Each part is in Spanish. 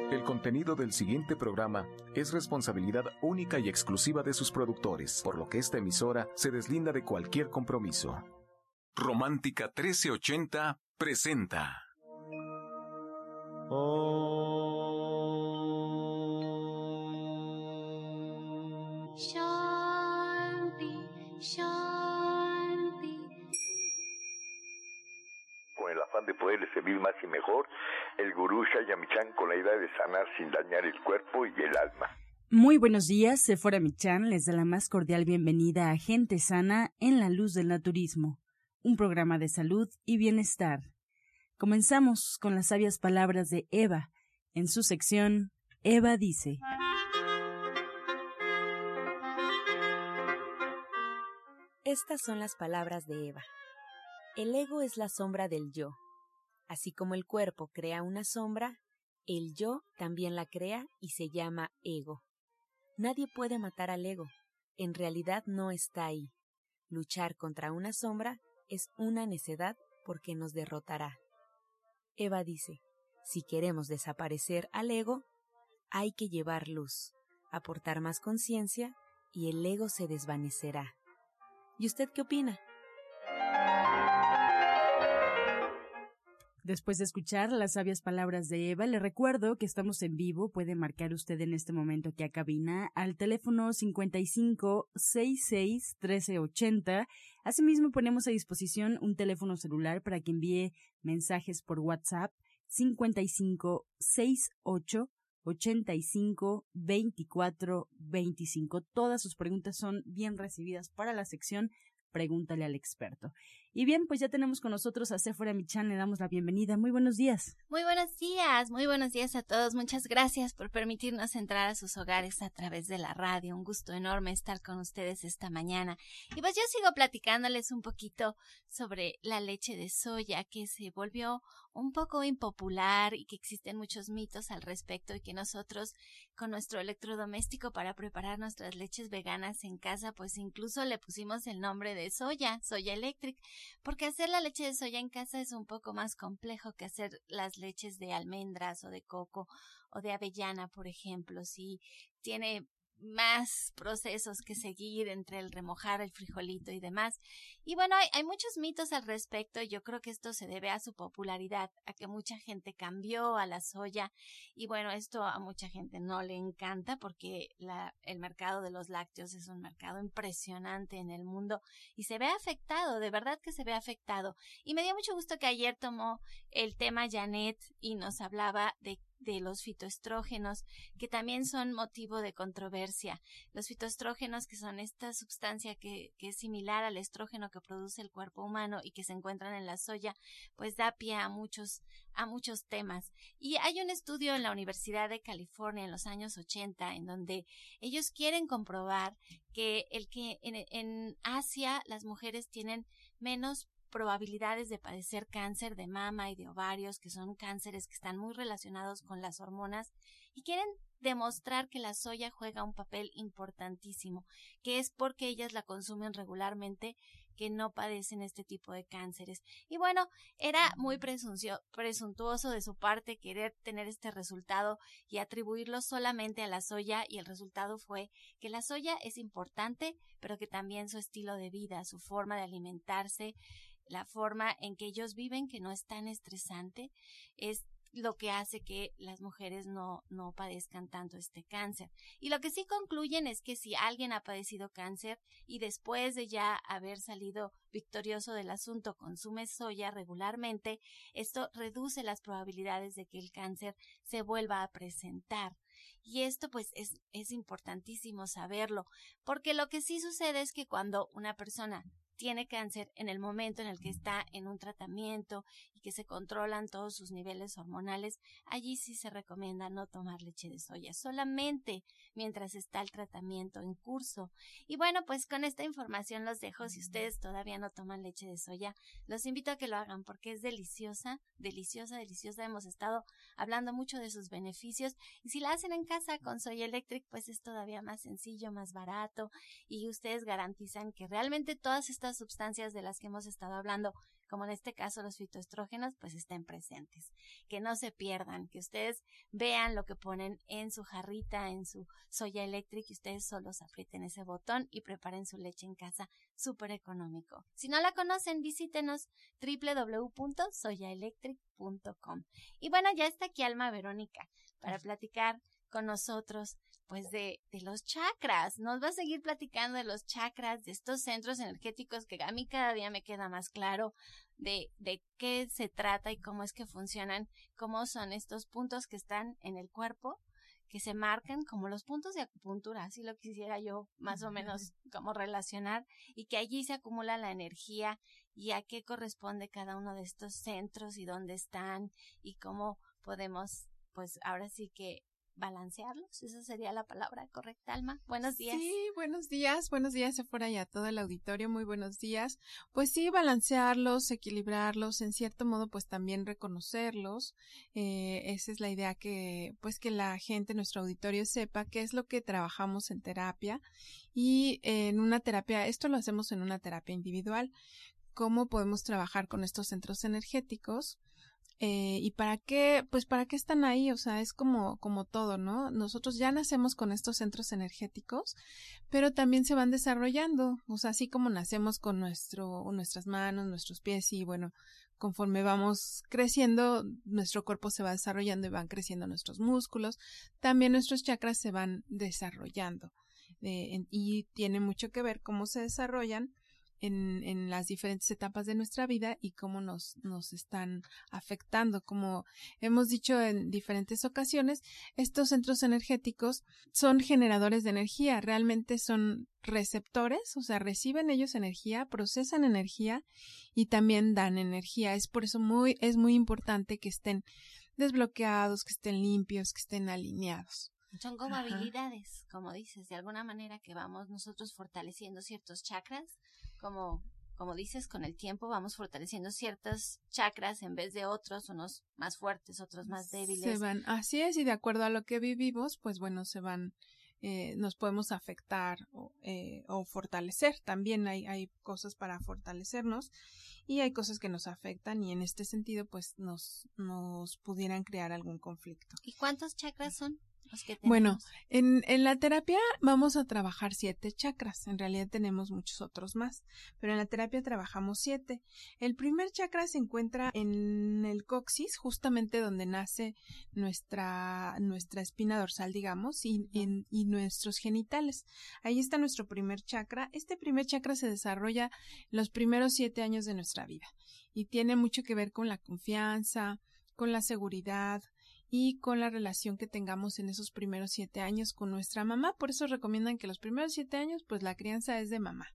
El contenido del siguiente programa es responsabilidad única y exclusiva de sus productores, por lo que esta emisora se deslinda de cualquier compromiso. Romántica 1380 presenta. Shanti, Shanti. Con el afán de poderle servir más y mejor, el gurú Shayamichan con la idea de sanar sin dañar el cuerpo y el alma. Muy buenos días, Sephora Michan les da la más cordial bienvenida a Gente Sana en la Luz del Naturismo, un programa de salud y bienestar. Comenzamos con las sabias palabras de Eva. En su sección, Eva dice: Estas son las palabras de Eva. El ego es la sombra del yo. Así como el cuerpo crea una sombra, el yo también la crea y se llama ego. Nadie puede matar al ego. En realidad no está ahí. Luchar contra una sombra es una necedad porque nos derrotará. Eva dice, si queremos desaparecer al ego, hay que llevar luz, aportar más conciencia y el ego se desvanecerá. ¿Y usted qué opina? Después de escuchar las sabias palabras de Eva, le recuerdo que estamos en vivo. Puede marcar usted en este momento aquí a cabina al teléfono 5566-1380. Asimismo, ponemos a disposición un teléfono celular para que envíe mensajes por WhatsApp 5568-852425. Todas sus preguntas son bien recibidas para la sección Pregúntale al experto. Y bien, pues ya tenemos con nosotros a Sephora Michan, le damos la bienvenida. Muy buenos días. Muy buenos días a todos. Muchas gracias por permitirnos entrar a sus hogares a través de la radio. Un gusto enorme estar con ustedes esta mañana. Y pues yo sigo platicándoles un poquito sobre la leche de soya, que se volvió un poco impopular y que existen muchos mitos al respecto, y que nosotros con nuestro electrodoméstico para preparar nuestras leches veganas en casa, pues incluso le pusimos el nombre de Soya Electric, porque hacer la leche de soya en casa es un poco más complejo que hacer las leches de almendras o de coco o de avellana, por ejemplo. Sí, tiene más procesos que seguir entre el remojar el frijolito y demás. Y bueno, hay muchos mitos al respecto. Yo creo que esto se debe a su popularidad, a que mucha gente cambió a la soya, y bueno, esto a mucha gente no le encanta porque el mercado de los lácteos es un mercado impresionante en el mundo y se ve afectado, de verdad que se ve afectado. Y me dio mucho gusto que ayer tomó el tema Janet y nos hablaba de los fitoestrógenos, que también son motivo de controversia. Los fitoestrógenos, que son esta sustancia que es similar al estrógeno que produce el cuerpo humano y que se encuentran en la soya, pues da pie a muchos temas. Y hay un estudio en la Universidad de California en los años 80 en donde ellos quieren comprobar que en Asia las mujeres tienen menos probabilidades de padecer cáncer de mama y de ovarios, que son cánceres que están muy relacionados con las hormonas, y quieren demostrar que la soya juega un papel importantísimo, que es porque ellas la consumen regularmente que no padecen este tipo de cánceres. Y bueno, era muy presuntuoso de su parte querer tener este resultado y atribuirlo solamente a la soya, y el resultado fue que la soya es importante, pero que también su estilo de vida, su forma de alimentarse, la forma en que ellos viven, que no es tan estresante, es lo que hace que las mujeres no padezcan tanto este cáncer. Y lo que sí concluyen es que si alguien ha padecido cáncer y después de ya haber salido victorioso del asunto consume soya regularmente, esto reduce las probabilidades de que el cáncer se vuelva a presentar. Y esto pues es importantísimo saberlo, porque lo que sí sucede es que cuando una persona tiene cáncer, en el momento en el que está en un tratamiento y que se controlan todos sus niveles hormonales, allí sí se recomienda no tomar leche de soya, solamente mientras está el tratamiento en curso. Y bueno, pues con esta información los dejo. Si ustedes todavía no toman leche de soya, los invito a que lo hagan porque es deliciosa, deliciosa, deliciosa. Hemos estado hablando mucho de sus beneficios, y si la hacen en casa con Soya Electric, pues es todavía más sencillo, más barato, y ustedes garantizan que realmente todas estas sustancias de las que hemos estado hablando como en este caso los fitoestrógenos, pues estén presentes. Que no se pierdan, que ustedes vean lo que ponen en su jarrita, en su Soya Electric, y ustedes solos aprieten ese botón y preparen su leche en casa, súper económico. Si no la conocen, visítenos www.soyaelectric.com. Y bueno, ya está aquí Alma Verónica para platicar con nosotros pues de los chakras. Nos va a seguir platicando de los chakras, de estos centros energéticos que a mí cada día me queda más claro de qué se trata y cómo es que funcionan, cómo son estos puntos que están en el cuerpo, que se marcan como los puntos de acupuntura, así lo quisiera yo más o menos como relacionar, y que allí se acumula la energía y a qué corresponde cada uno de estos centros y dónde están y cómo podemos, pues ahora sí que balancearlos, esa sería la palabra correcta, Alma. Buenos días. Sí, buenos días, Sephora, y a todo el auditorio, muy buenos días. Pues sí, balancearlos, equilibrarlos, en cierto modo, pues también reconocerlos. Esa es la idea que la gente, nuestro auditorio, sepa qué es lo que trabajamos en terapia, y en una terapia, esto lo hacemos en una terapia individual, cómo podemos trabajar con estos centros energéticos. ¿Y para qué están ahí? O sea, es como todo, ¿no? Nosotros ya nacemos con estos centros energéticos, pero también se van desarrollando, o sea, así como nacemos con nuestras manos, nuestros pies, y bueno, conforme vamos creciendo, nuestro cuerpo se va desarrollando y van creciendo nuestros músculos, también nuestros chakras se van desarrollando, y tiene mucho que ver cómo se desarrollan en las diferentes etapas de nuestra vida y cómo nos están afectando. Como hemos dicho en diferentes ocasiones, estos centros energéticos son generadores de energía, realmente son receptores, o sea, reciben ellos energía, procesan energía y también dan energía. Es por eso es muy importante que estén desbloqueados, que estén limpios, que estén alineados. Son como habilidades, como dices, de alguna manera que vamos nosotros fortaleciendo ciertos chakras, como dices, con el tiempo vamos fortaleciendo ciertos chakras en vez de otros, unos más fuertes, otros más débiles. Así es, y de acuerdo a lo que vivimos, pues bueno, nos podemos afectar o fortalecer. También hay cosas para fortalecernos y hay cosas que nos afectan, y en este sentido pues nos pudieran crear algún conflicto. ¿Y cuántos chakras son los que tenemos? Bueno, en la terapia vamos a trabajar 7 chakras. En realidad tenemos muchos otros más, pero en la terapia trabajamos 7. El primer chakra se encuentra en el coxis, justamente donde nace nuestra espina dorsal, digamos, y nuestros genitales. Ahí está nuestro primer chakra. Este primer chakra se desarrolla los primeros 7 años de nuestra vida y tiene mucho que ver con la confianza, con la seguridad y con la relación que tengamos en esos primeros 7 años con nuestra mamá. Por eso recomiendan que los primeros 7 años, pues la crianza es de mamá.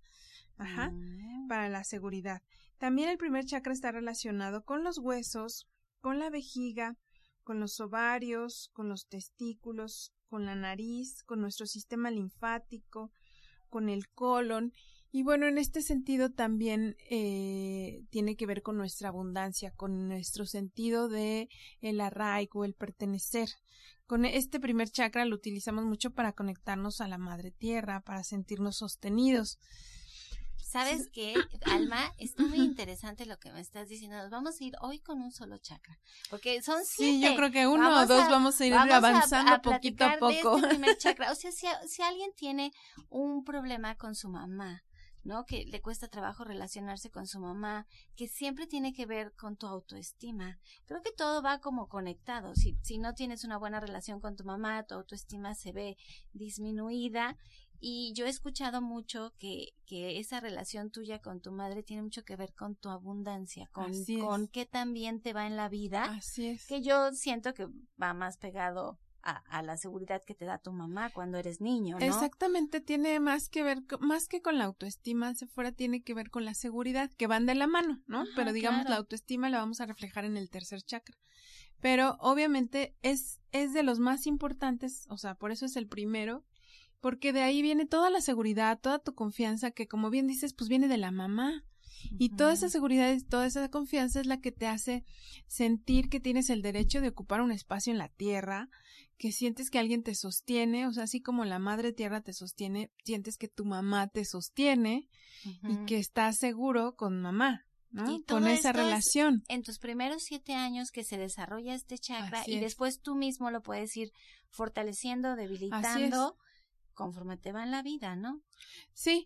Para la seguridad. También el primer chakra está relacionado con los huesos, con la vejiga, con los ovarios, con los testículos, con la nariz, con nuestro sistema linfático, con el colon. Y bueno, en este sentido también tiene que ver con nuestra abundancia, con nuestro sentido de el arraigo, el pertenecer. Con este primer chakra lo utilizamos mucho para conectarnos a la madre tierra, para sentirnos sostenidos. ¿Sabes qué, Alma? Está muy interesante lo que me estás diciendo. Nos vamos a ir hoy con un solo chakra, porque son 7. Sí, yo creo que uno o dos vamos a ir avanzando poquito a poco. De este primer chakra. O sea, si alguien tiene un problema con su mamá, ¿no? Que le cuesta trabajo relacionarse con su mamá, que siempre tiene que ver con tu autoestima. Creo que todo va como conectado. Si no tienes una buena relación con tu mamá, tu autoestima se ve disminuida. Y yo he escuchado mucho que esa relación tuya con tu madre tiene mucho que ver con tu abundancia, con qué tan bien te va en la vida. Así es. Que yo siento que va más pegado a la seguridad que te da tu mamá cuando eres niño, ¿no? Exactamente, tiene más que ver, más que con la autoestima, Sephora, tiene que ver con la seguridad, que van de la mano, ¿no? Pero digamos, la autoestima la vamos a reflejar en el tercer chakra. Pero obviamente es de los más importantes, o sea, por eso es el primero, porque de ahí viene toda la seguridad, toda tu confianza, que como bien dices, pues viene de la mamá. Y toda esa seguridad y toda esa confianza es la que te hace sentir que tienes el derecho de ocupar un espacio en la tierra, que sientes que alguien te sostiene, o sea, así como la madre tierra te sostiene, sientes que tu mamá te sostiene y que estás seguro con mamá. ¿no? Y todo Con esa esto relación. En tus primeros 7 años que se desarrolla este chakra Así y es. después tú mismo lo puedes ir fortaleciendo, debilitando conforme te va en la vida, ¿no? Sí.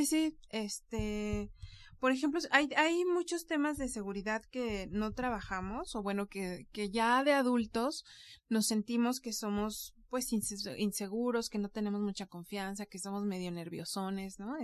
Por ejemplo, hay muchos temas de seguridad que no trabajamos, o bueno, que ya de adultos nos sentimos que somos pues inseguros, que no tenemos mucha confianza, que somos medio nerviosones, ¿no?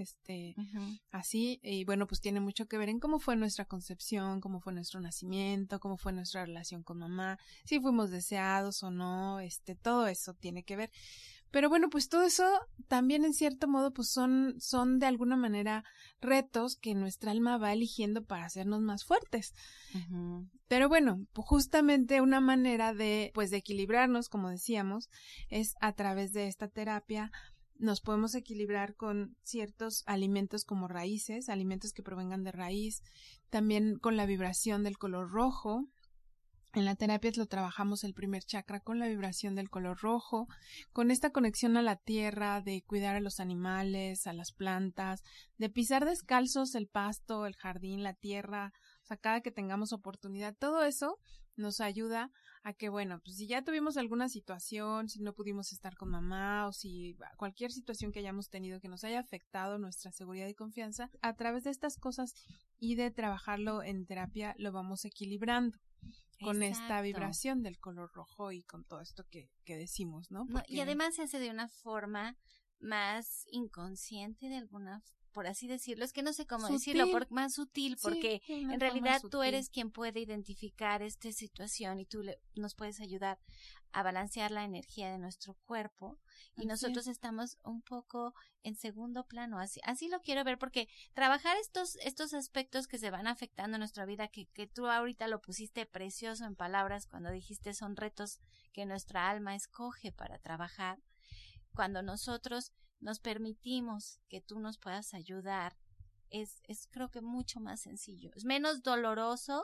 Así, y bueno, pues tiene mucho que ver en cómo fue nuestra concepción, cómo fue nuestro nacimiento, cómo fue nuestra relación con mamá, si fuimos deseados o no, todo eso tiene que ver. Pero bueno, pues todo eso también en cierto modo pues son de alguna manera retos que nuestra alma va eligiendo para hacernos más fuertes. Uh-huh. Pero bueno, pues justamente una manera de equilibrarnos, como decíamos, es a través de esta terapia. Nos podemos equilibrar con ciertos alimentos como raíces, alimentos que provengan de raíz, también con la vibración del color rojo. En la terapia lo trabajamos el primer chakra con la vibración del color rojo, con esta conexión a la tierra, de cuidar a los animales, a las plantas, de pisar descalzos el pasto, el jardín, la tierra, o sea, cada que tengamos oportunidad. Todo eso nos ayuda a que, bueno, pues si ya tuvimos alguna situación, si no pudimos estar con mamá o si cualquier situación que hayamos tenido que nos haya afectado nuestra seguridad y confianza, a través de estas cosas y de trabajarlo en terapia lo vamos equilibrando. Con esta vibración del color rojo y con todo esto que decimos, ¿no? Y además se hace de una forma más inconsciente de alguna, por así decirlo, es que no sé cómo decirlo, más sutil, porque en realidad tú eres quien puede identificar esta situación y tú nos puedes ayudar a balancear la energía de nuestro cuerpo y nosotros estamos un poco en segundo plano, así lo quiero ver, porque trabajar estos aspectos que se van afectando en nuestra vida, que tú ahorita lo pusiste precioso en palabras cuando dijiste son retos que nuestra alma escoge para trabajar. Cuando nosotros nos permitimos que tú nos puedas ayudar, es creo que mucho más sencillo. Es menos doloroso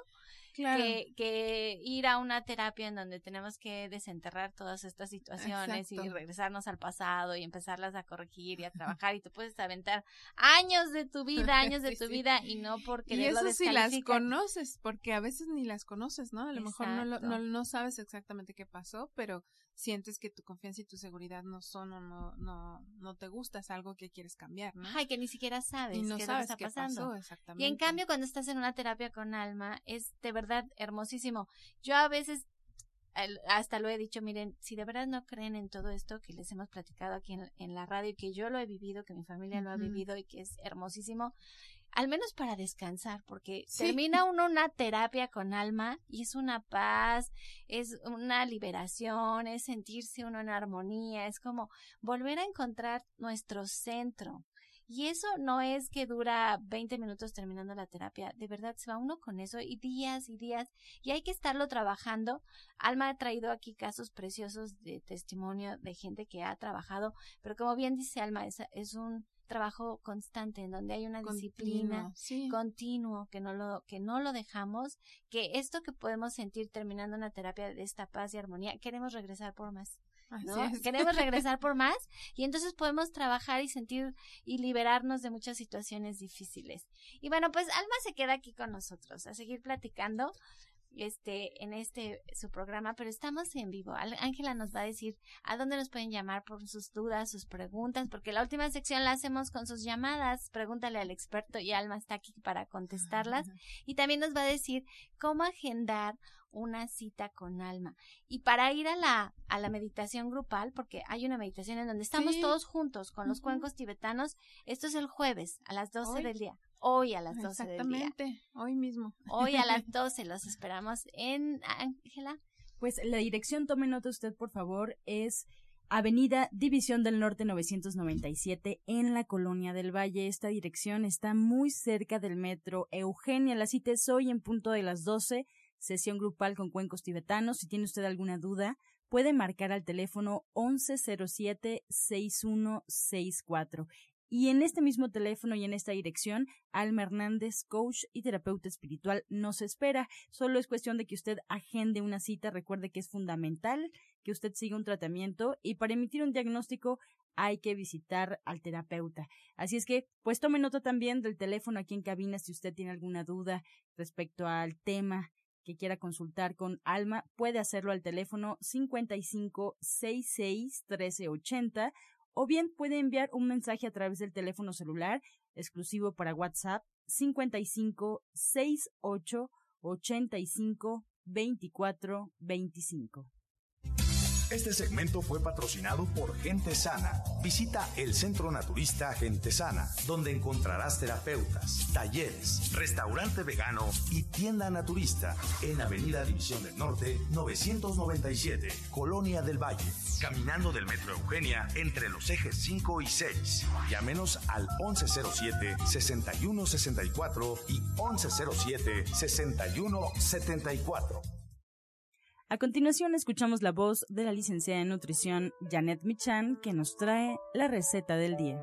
que ir a una terapia en donde tenemos que desenterrar todas estas situaciones y regresarnos al pasado y empezarlas a corregir y a trabajar y te puedes aventar años de tu vida y no por quererlo descalificar. Y eso si las conoces, porque a veces ni las conoces, ¿no? A lo mejor no sabes exactamente qué pasó, pero sientes que tu confianza y tu seguridad no son o no te gusta, es algo que quieres cambiar, ¿no? Ay, que ni siquiera sabes y no qué sabes está qué pasando. Pasó, exactamente. Y en cambio cuando estás en una terapia con alma es de verdad hermosísimo. Yo a veces hasta lo he dicho, miren, si de verdad no creen en todo esto que les hemos platicado aquí en la radio y que yo lo he vivido, que mi familia lo ha vivido y que es hermosísimo, al menos para descansar, porque termina uno una terapia con alma y es una paz, es una liberación, es sentirse uno en armonía, es como volver a encontrar nuestro centro. Y eso no es que dura 20 minutos terminando la terapia, de verdad se va uno con eso y días, y hay que estarlo trabajando. Alma ha traído aquí casos preciosos de testimonio de gente que ha trabajado, pero como bien dice Alma, es un trabajo constante en donde hay una disciplina continuo que no lo dejamos, que esto que podemos sentir terminando una terapia de esta paz y armonía, queremos regresar por más. ¿No? Queremos regresar por más y entonces podemos trabajar y sentir y liberarnos de muchas situaciones difíciles. Y bueno, pues Alma se queda aquí con nosotros a seguir platicando en su programa, pero estamos en vivo. Ángela nos va a decir a dónde nos pueden llamar por sus dudas, sus preguntas, porque la última sección la hacemos con sus llamadas. Pregúntale al experto y Alma está aquí para contestarlas. Y también nos va a decir cómo agendar una cita con Alma. Y para ir a la meditación grupal, porque hay una meditación en donde estamos todos juntos con los cuencos tibetanos, esto es el jueves a las 12 del día. Hoy a las 12 del día. Exactamente, hoy mismo. Hoy a las 12 los esperamos en Ángela. Pues la dirección, tome nota usted por favor, es Avenida División del Norte 997 en la Colonia del Valle. Esta dirección está muy cerca del metro Eugenia. La cita es hoy en punto de las 12, sesión grupal con cuencos tibetanos. Si tiene usted alguna duda, puede marcar al teléfono 1107-6164. Y en este mismo teléfono y en esta dirección, Alma Hernández, coach y terapeuta espiritual, nos espera. Solo es cuestión de que usted agende una cita. Recuerde que es fundamental que usted siga un tratamiento y para emitir un diagnóstico hay que visitar al terapeuta. Así es que, pues tome nota también del teléfono aquí en cabina si usted tiene alguna duda respecto al tema que quiera consultar con Alma, puede hacerlo al teléfono 5566-1380 o bien puede enviar un mensaje a través del teléfono celular exclusivo para WhatsApp 5568852425. Este segmento fue patrocinado por Gente Sana. Visita el Centro Naturista Gente Sana, donde encontrarás terapeutas, talleres, restaurante vegano y tienda naturista en Avenida División del Norte, 997, Colonia del Valle, caminando del Metro Eugenia entre los ejes 5 y 6. Llámenos al 1107-6164 y 1107-6174. A continuación escuchamos la voz de la licenciada en nutrición Janet Michan, que nos trae la receta del día.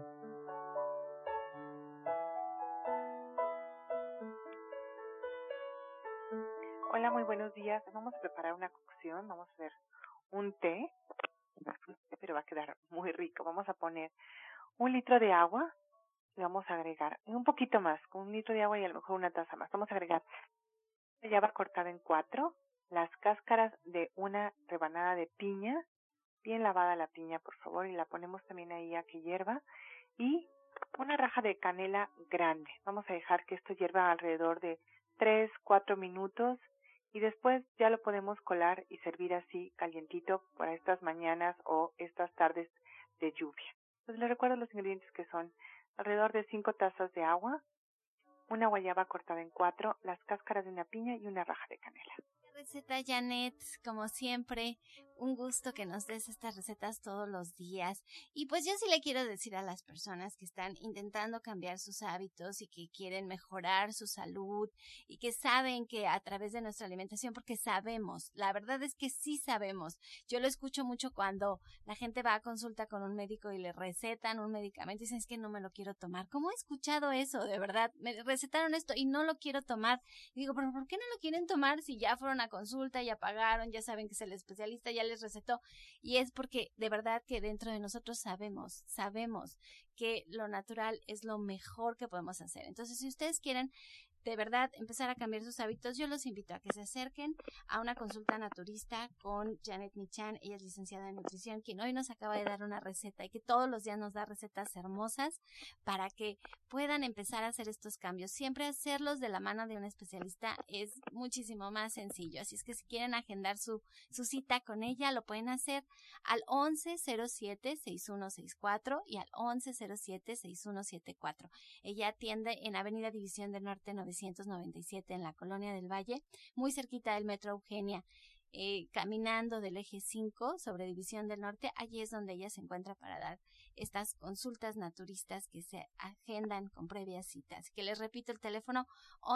Hola, muy buenos días. Vamos a preparar una cocción, vamos a hacer un té, pero va a quedar muy rico. Vamos a poner 1 litro de agua y vamos a agregar un poquito más, con 1 litro de agua y a lo mejor una taza más. Vamos a agregar guayaba cortada en 4, las cáscaras de una rebanada de piña, bien lavada la piña, por favor, y la ponemos también ahí a que hierva, y una raja de canela grande. Vamos a dejar que esto hierva alrededor de 3-4 minutos y después ya lo podemos colar y servir así calientito para estas mañanas o estas tardes de lluvia. Entonces les recuerdo los ingredientes que son alrededor de 5 tazas de agua, una guayaba cortada en 4, las cáscaras de una piña y una raja de canela. Receta, Janet, como siempre, un gusto que nos des estas recetas todos los días. Y pues yo sí le quiero decir a las personas que están intentando cambiar sus hábitos y que quieren mejorar su salud y que saben que a través de nuestra alimentación, porque sabemos, la verdad es que sí sabemos. Yo lo escucho mucho cuando la gente va a consulta con un médico y le recetan un medicamento y dicen, es que no me lo quiero tomar. ¿Cómo he escuchado eso? De verdad, me recetaron esto y no lo quiero tomar. Y digo, pero ¿por qué no lo quieren tomar si ya fueron a consulta, ya pagaron, ya saben que es el especialista, ya les recetó? Y es porque de verdad que dentro de nosotros sabemos que lo natural es lo mejor que podemos hacer. Entonces, si ustedes quieren de verdad empezar a cambiar sus hábitos, yo los invito a que se acerquen a una consulta naturista con Janet Michan. Ella es licenciada en nutrición, quien hoy nos acaba de dar una receta y que todos los días nos da recetas hermosas para que puedan empezar a hacer estos cambios. Siempre hacerlos de la mano de un especialista es muchísimo más sencillo, así es que si quieren agendar su cita con ella, lo pueden hacer al 1107-6164 y al 1107-6174. Ella atiende en Avenida División del Norte 997 en la Colonia del Valle, muy cerquita del Metro Eugenia, caminando del eje 5 sobre División del Norte. Allí es donde ella se encuentra para dar estas consultas naturistas que se agendan con previas citas. Que les repito el teléfono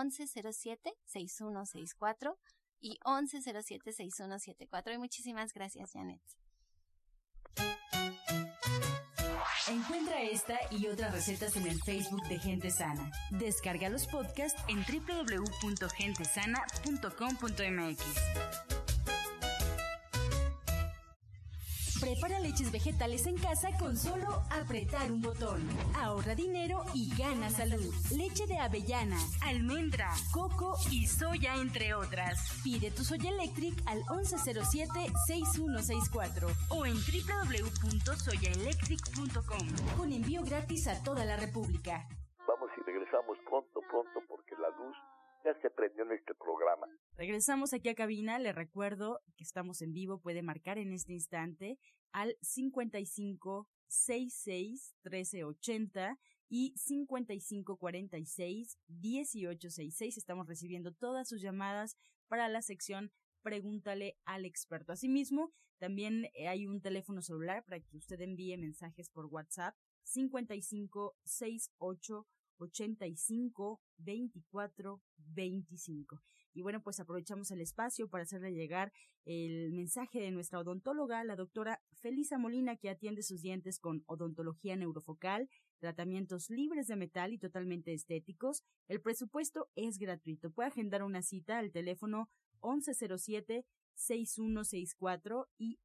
1107-6164 y 1107-6174. Y muchísimas gracias, Janet. Encuentra esta y otras recetas en el Facebook de Gente Sana. Descarga los podcasts en www.gentesana.com.mx. Prepara leches vegetales en casa con solo apretar un botón. Ahorra dinero y gana salud. Leche de avellana, almendra, coco y soya, entre otras. Pide tu Soya Electric al 1107-6164 o en www.soyaelectric.com con envío gratis a toda la República. Vamos y regresamos pronto, porque la luz ya se prendió en este programa. Regresamos aquí a cabina. Le recuerdo que estamos en vivo. Puede marcar en este instante al 5566-1380 y 5546-1866. Estamos recibiendo todas sus llamadas para la sección Pregúntale al experto. Asimismo, también hay un teléfono celular para que usted envíe mensajes por WhatsApp 5568-85-24-25. Y bueno, pues aprovechamos el espacio para hacerle llegar el mensaje de nuestra odontóloga, la doctora Felisa Molina, que atiende sus dientes con odontología neurofocal, tratamientos libres de metal y totalmente estéticos. El presupuesto es gratuito. Puede agendar una cita al teléfono 6164 y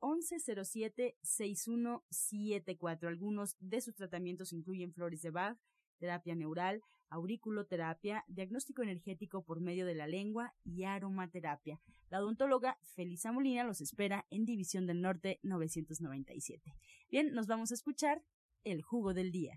1107-6174. Algunos de sus tratamientos incluyen flores de Bach, terapia neural, auriculoterapia, diagnóstico energético por medio de la lengua y aromaterapia. La odontóloga Felisa Molina los espera en División del Norte 997. Bien, nos vamos a escuchar el jugo del día.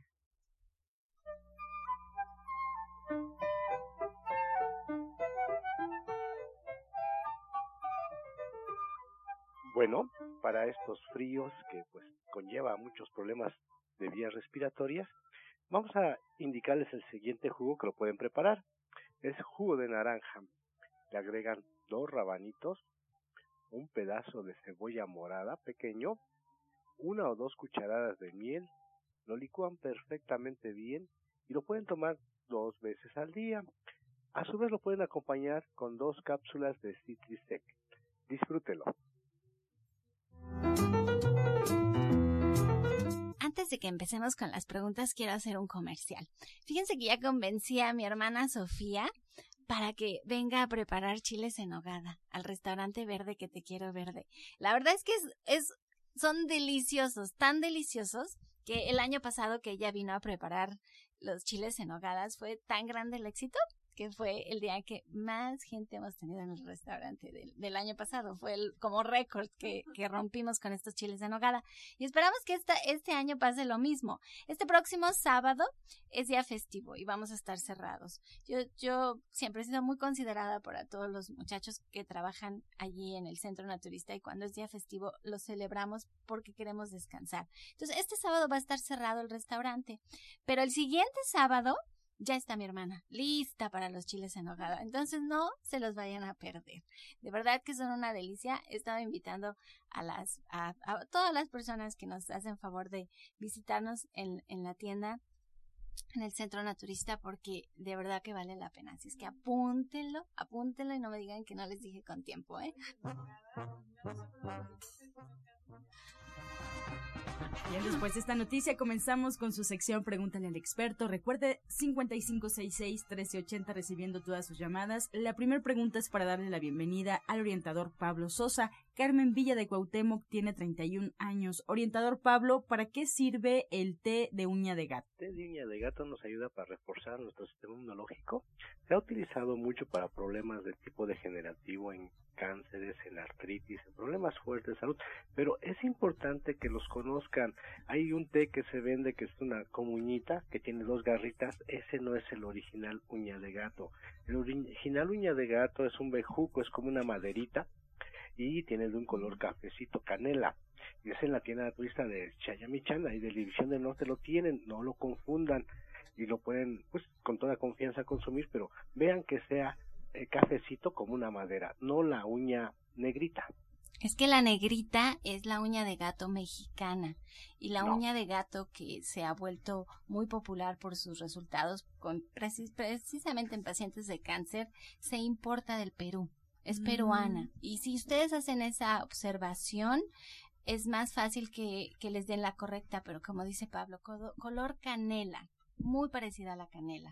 Bueno, para estos fríos que pues conlleva muchos problemas de vías respiratorias, vamos a indicarles el siguiente jugo que lo pueden preparar. Es jugo de naranja. Le agregan 2 rabanitos, un pedazo de cebolla morada pequeño, 1 o 2 cucharadas de miel, lo licúan perfectamente bien y lo pueden tomar 2 veces al día. A su vez lo pueden acompañar con 2 cápsulas de Citrisec. Disfrútelo. Antes de que empecemos con las preguntas, quiero hacer un comercial. Fíjense que ya convencí a mi hermana Sofía para que venga a preparar chiles en nogada al restaurante Verde que te quiero verde. La verdad es que son deliciosos, tan deliciosos, que el año pasado que ella vino a preparar los chiles en nogadas fue tan grande el éxito que fue el día que más gente hemos tenido en el restaurante del año pasado. Fue como récord que rompimos con estos chiles de nogada. Y esperamos que este año pase lo mismo. Este próximo sábado es día festivo y vamos a estar cerrados. Yo siempre he sido muy considerada por todos los muchachos que trabajan allí en el Centro Naturista, y cuando es día festivo lo celebramos porque queremos descansar. Entonces este sábado va a estar cerrado el restaurante, pero el siguiente sábado ya está mi hermana lista para los chiles en nogada, entonces no se los vayan a perder. De verdad que son una delicia. He estado invitando a todas las personas que nos hacen favor de visitarnos en la tienda, en el Centro Naturista, porque de verdad que vale la pena. Así es que apúntenlo y no me digan que no les dije con tiempo, ¿eh? Bien, después de esta noticia comenzamos con su sección Pregúntale al experto. Recuerde 5566-1380 recibiendo todas sus llamadas. La primera pregunta es para darle la bienvenida al orientador Pablo Sosa. Carmen Villa de Cuauhtémoc tiene 31 años. Orientador Pablo, ¿para qué sirve el té de uña de gato? El té de uña de gato nos ayuda para reforzar nuestro sistema inmunológico. Se ha utilizado mucho para problemas de tipo degenerativo, en cánceres, en artritis, en problemas fuertes de salud, pero es importante que los conozcan. Hay un té que se vende que es una como uñita, que tiene 2 garritas. Ese no es el original uña de gato. El original uña de gato es un bejuco, es como una maderita, y tiene de un color cafecito canela. Y es en la tienda naturista de Chayamichán, ahí de División del Norte lo tienen, no lo confundan, y lo pueden pues con toda confianza consumir, pero vean que sea cafecito como una madera, no la uña negrita. Es que la negrita es la uña de gato mexicana, y la uña de gato que se ha vuelto muy popular por sus resultados con precisamente en pacientes de cáncer se importa del Perú, es peruana. Y si ustedes hacen esa observación es más fácil que les den la correcta, pero como dice Pablo, color canela, muy parecida a la canela.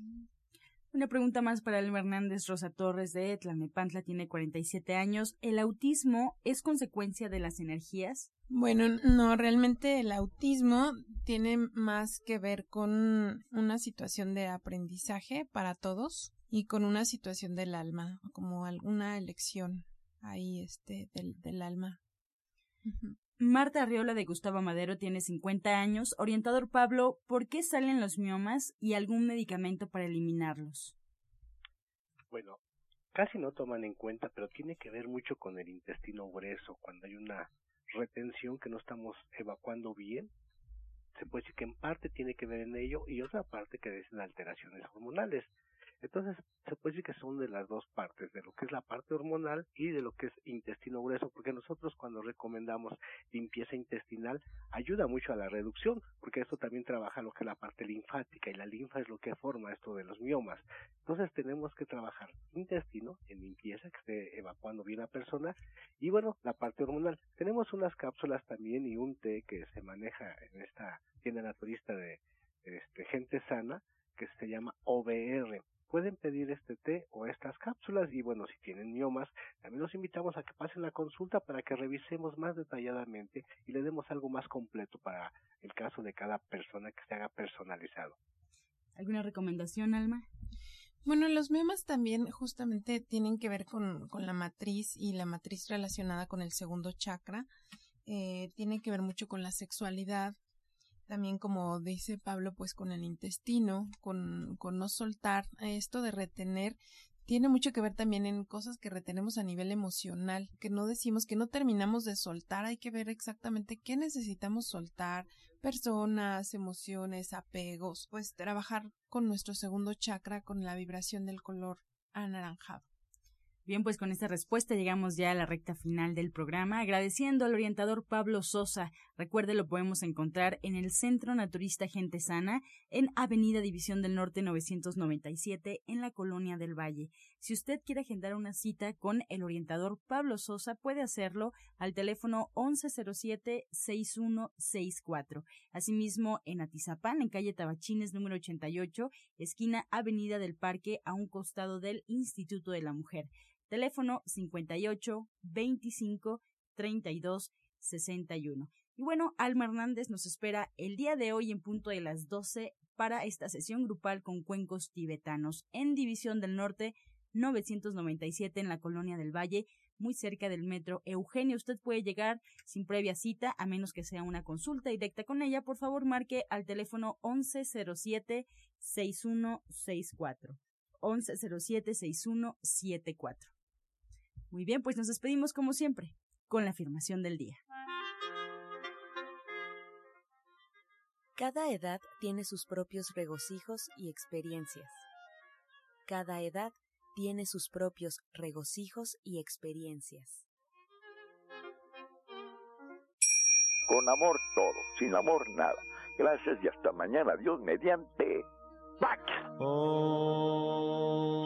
Una pregunta más para Elma Hernández Rosa Torres de Tlalnepantla, tiene 47 años. ¿El autismo es consecuencia de las energías? Bueno, no, realmente el autismo tiene más que ver con una situación de aprendizaje para todos y con una situación del alma, como alguna elección ahí del alma. Uh-huh. Marta Arriola de Gustavo Madero tiene 50 años. Orientador Pablo, ¿por qué salen los miomas y algún medicamento para eliminarlos? Bueno, casi no toman en cuenta, pero tiene que ver mucho con el intestino grueso. Cuando hay una retención que no estamos evacuando bien, se puede decir que en parte tiene que ver en ello y otra parte que es en alteraciones hormonales. Entonces, se puede decir que son de las dos partes, de lo que es la parte hormonal y de lo que es intestino grueso, porque nosotros cuando recomendamos limpieza intestinal, ayuda mucho a la reducción, porque esto también trabaja lo que es la parte linfática, y la linfa es lo que forma esto de los miomas. Entonces, tenemos que trabajar intestino en limpieza, que esté evacuando bien la persona, y bueno, la parte hormonal. Tenemos unas cápsulas también y un té que se maneja en esta tienda naturista de Gente Sana, que se llama OBR. Pueden pedir este té o estas cápsulas y bueno, si tienen miomas, también los invitamos a que pasen la revisemos más detalladamente y le demos algo más completo para el caso de cada persona, que se haga personalizado. ¿Alguna recomendación, Alma? Bueno, los memas también justamente tienen que ver con la matriz y la matriz relacionada con el segundo chakra. Tiene que ver mucho con la sexualidad. También, como dice Pablo, pues con el intestino, con no soltar. Esto de retener tiene mucho que ver también en cosas que retenemos a nivel emocional, que no decimos, que no terminamos de soltar. Hay que ver exactamente qué necesitamos soltar: personas, emociones, apegos. Pues trabajar con nuestro segundo chakra, con la vibración del color anaranjado. Bien, pues con esta respuesta llegamos ya a la recta final del programa, agradeciendo al orientador Pablo Sosa. Recuerde, lo podemos encontrar en el Centro Naturista Gente Sana, en Avenida División del Norte 997, en la Colonia del Valle. Si usted quiere agendar una cita con el orientador Pablo Sosa, puede hacerlo al teléfono 1107-6164. Asimismo, en Atizapán, en calle Tabachines número 88, esquina Avenida del Parque, a un costado del Instituto de la Mujer. Teléfono 58 25 32 61. Y bueno, Alma Hernández nos espera el día de hoy en punto de las 12 para esta sesión grupal con cuencos tibetanos en División del Norte 997 en la Colonia del Valle, muy cerca del metro Eugenio. Usted puede llegar sin previa cita, a menos que sea una consulta directa con ella. Por favor, marque al teléfono 1107-6164. 1107-6174. Muy bien, pues nos despedimos como siempre con la afirmación del día. Cada edad tiene sus propios regocijos y experiencias. Cada edad tiene sus propios regocijos y experiencias. Con amor todo, sin amor nada. Gracias y hasta mañana. Dios mediante. ¡Pax!